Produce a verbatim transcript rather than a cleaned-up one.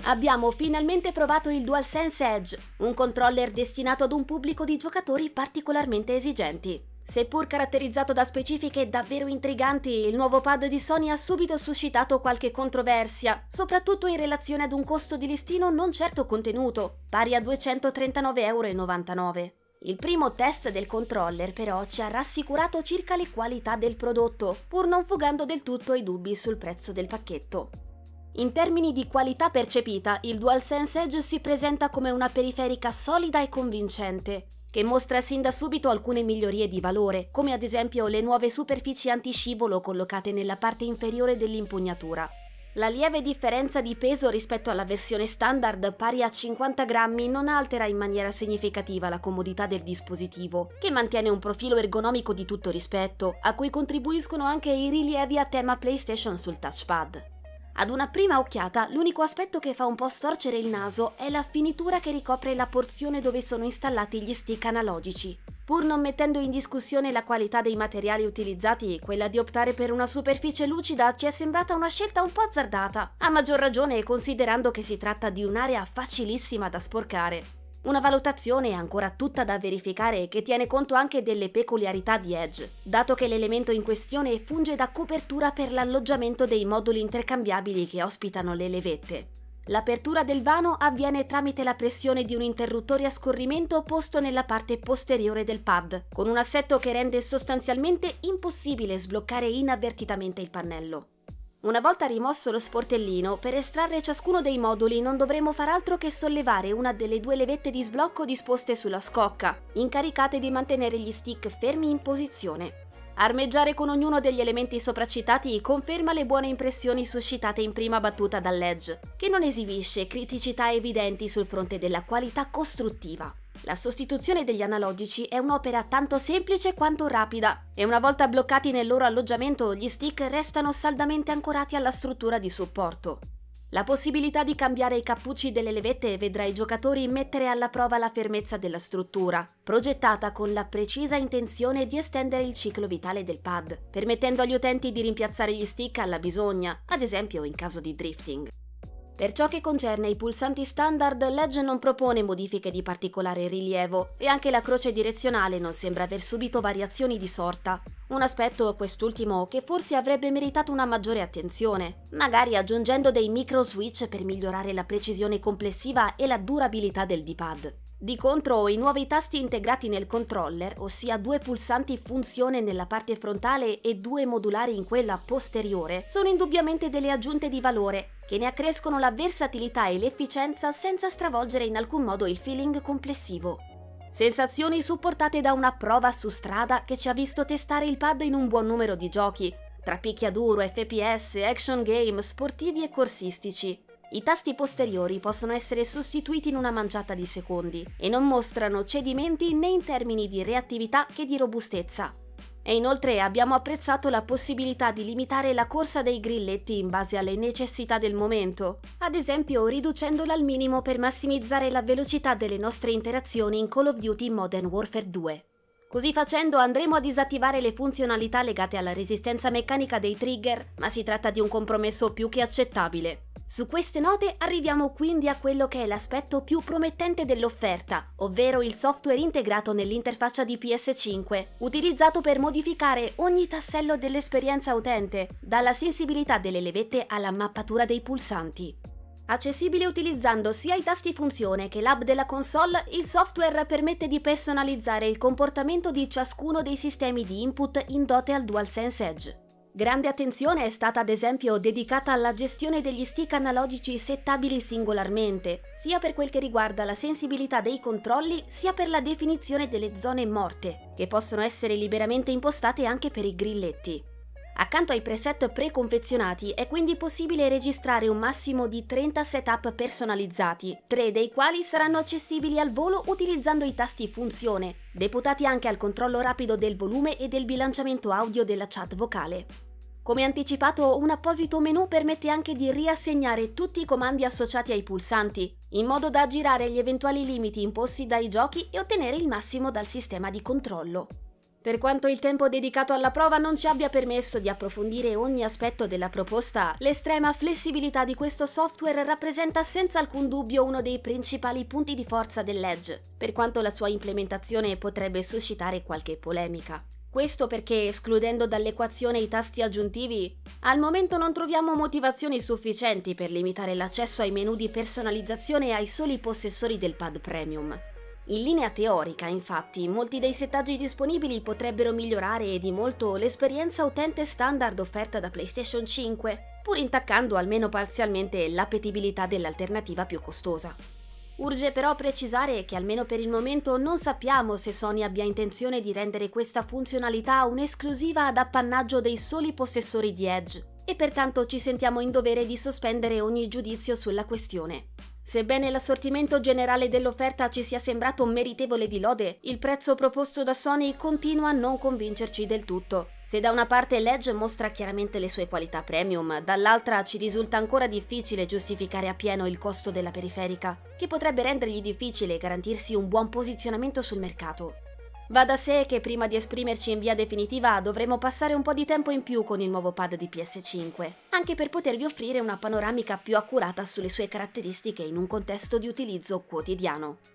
Abbiamo finalmente provato il DualSense Edge, un controller destinato ad un pubblico di giocatori particolarmente esigenti. Seppur caratterizzato da specifiche davvero intriganti, il nuovo pad di Sony ha subito suscitato qualche controversia, soprattutto in relazione ad un costo di listino non certo contenuto, pari a duecentotrentanove e novantanove euro. Il primo test del controller però ci ha rassicurato circa le qualità del prodotto, pur non fugando del tutto i dubbi sul prezzo del pacchetto. In termini di qualità percepita, il DualSense Edge si presenta come una periferica solida e convincente, che mostra sin da subito alcune migliorie di valore, come ad esempio le nuove superfici antiscivolo collocate nella parte inferiore dell'impugnatura. La lieve differenza di peso rispetto alla versione standard, pari a cinquanta grammi, non altera in maniera significativa la comodità del dispositivo, che mantiene un profilo ergonomico di tutto rispetto, a cui contribuiscono anche i rilievi a tema PlayStation sul touchpad. Ad una prima occhiata, l'unico aspetto che fa un po' storcere il naso è la finitura che ricopre la porzione dove sono installati gli stick analogici. Pur non mettendo in discussione la qualità dei materiali utilizzati, quella di optare per una superficie lucida ci è sembrata una scelta un po' azzardata, a maggior ragione considerando che si tratta di un'area facilissima da sporcare. Una valutazione ancora tutta da verificare che tiene conto anche delle peculiarità di Edge, dato che l'elemento in questione funge da copertura per l'alloggiamento dei moduli intercambiabili che ospitano le levette. L'apertura del vano avviene tramite la pressione di un interruttore a scorrimento posto nella parte posteriore del pad, con un assetto che rende sostanzialmente impossibile sbloccare inavvertitamente il pannello. Una volta rimosso lo sportellino, per estrarre ciascuno dei moduli non dovremo far altro che sollevare una delle due levette di sblocco disposte sulla scocca, incaricate di mantenere gli stick fermi in posizione. Armeggiare con ognuno degli elementi sopracitati conferma le buone impressioni suscitate in prima battuta dall'Edge, che non esibisce criticità evidenti sul fronte della qualità costruttiva. La sostituzione degli analogici è un'opera tanto semplice quanto rapida, e una volta bloccati nel loro alloggiamento gli stick restano saldamente ancorati alla struttura di supporto. La possibilità di cambiare i cappucci delle levette vedrà i giocatori mettere alla prova la fermezza della struttura, progettata con la precisa intenzione di estendere il ciclo vitale del pad, permettendo agli utenti di rimpiazzare gli stick alla bisogna, ad esempio in caso di drifting. Per ciò che concerne i pulsanti standard, l'Edge non propone modifiche di particolare rilievo e anche la croce direzionale non sembra aver subito variazioni di sorta. Un aspetto, quest'ultimo, che forse avrebbe meritato una maggiore attenzione, magari aggiungendo dei micro switch per migliorare la precisione complessiva e la durabilità del D-pad. Di contro, i nuovi tasti integrati nel controller, ossia due pulsanti funzione nella parte frontale e due modulari in quella posteriore, sono indubbiamente delle aggiunte di valore, che ne accrescono la versatilità e l'efficienza senza stravolgere in alcun modo il feeling complessivo. Sensazioni supportate da una prova su strada che ci ha visto testare il pad in un buon numero di giochi, tra picchiaduro, F P S, action game, sportivi e corsistici. I tasti posteriori possono essere sostituiti in una manciata di secondi e non mostrano cedimenti né in termini di reattività che di robustezza. E inoltre abbiamo apprezzato la possibilità di limitare la corsa dei grilletti in base alle necessità del momento, ad esempio riducendola al minimo per massimizzare la velocità delle nostre interazioni in Call of Duty Modern Warfare due. Così facendo andremo a disattivare le funzionalità legate alla resistenza meccanica dei trigger, ma si tratta di un compromesso più che accettabile. Su queste note arriviamo quindi a quello che è l'aspetto più promettente dell'offerta, ovvero il software integrato nell'interfaccia di P S cinque, utilizzato per modificare ogni tassello dell'esperienza utente, dalla sensibilità delle levette alla mappatura dei pulsanti. Accessibile utilizzando sia i tasti funzione che l'hub della console, il software permette di personalizzare il comportamento di ciascuno dei sistemi di input in dote al DualSense Edge. Grande attenzione è stata ad esempio dedicata alla gestione degli stick analogici settabili singolarmente, sia per quel che riguarda la sensibilità dei controlli, sia per la definizione delle zone morte, che possono essere liberamente impostate anche per i grilletti. Accanto ai preset preconfezionati è quindi possibile registrare un massimo di trenta setup personalizzati, tre dei quali saranno accessibili al volo utilizzando i tasti funzione, deputati anche al controllo rapido del volume e del bilanciamento audio della chat vocale. Come anticipato, un apposito menu permette anche di riassegnare tutti i comandi associati ai pulsanti, in modo da aggirare gli eventuali limiti imposti dai giochi e ottenere il massimo dal sistema di controllo. Per quanto il tempo dedicato alla prova non ci abbia permesso di approfondire ogni aspetto della proposta, l'estrema flessibilità di questo software rappresenta senza alcun dubbio uno dei principali punti di forza dell'Edge, per quanto la sua implementazione potrebbe suscitare qualche polemica. Questo perché, escludendo dall'equazione i tasti aggiuntivi, al momento non troviamo motivazioni sufficienti per limitare l'accesso ai menu di personalizzazione ai soli possessori del pad premium. In linea teorica, infatti, molti dei settaggi disponibili potrebbero migliorare di molto l'esperienza utente standard offerta da PlayStation cinque, pur intaccando almeno parzialmente l'appetibilità dell'alternativa più costosa. Urge però precisare che almeno per il momento non sappiamo se Sony abbia intenzione di rendere questa funzionalità un'esclusiva ad appannaggio dei soli possessori di Edge, e pertanto ci sentiamo in dovere di sospendere ogni giudizio sulla questione. Sebbene l'assortimento generale dell'offerta ci sia sembrato meritevole di lode, il prezzo proposto da Sony continua a non convincerci del tutto. Se da una parte l'Edge mostra chiaramente le sue qualità premium, dall'altra ci risulta ancora difficile giustificare appieno il costo della periferica, che potrebbe rendergli difficile garantirsi un buon posizionamento sul mercato. Va da sé che prima di esprimerci in via definitiva dovremo passare un po' di tempo in più con il nuovo pad di P S cinque, anche per potervi offrire una panoramica più accurata sulle sue caratteristiche in un contesto di utilizzo quotidiano.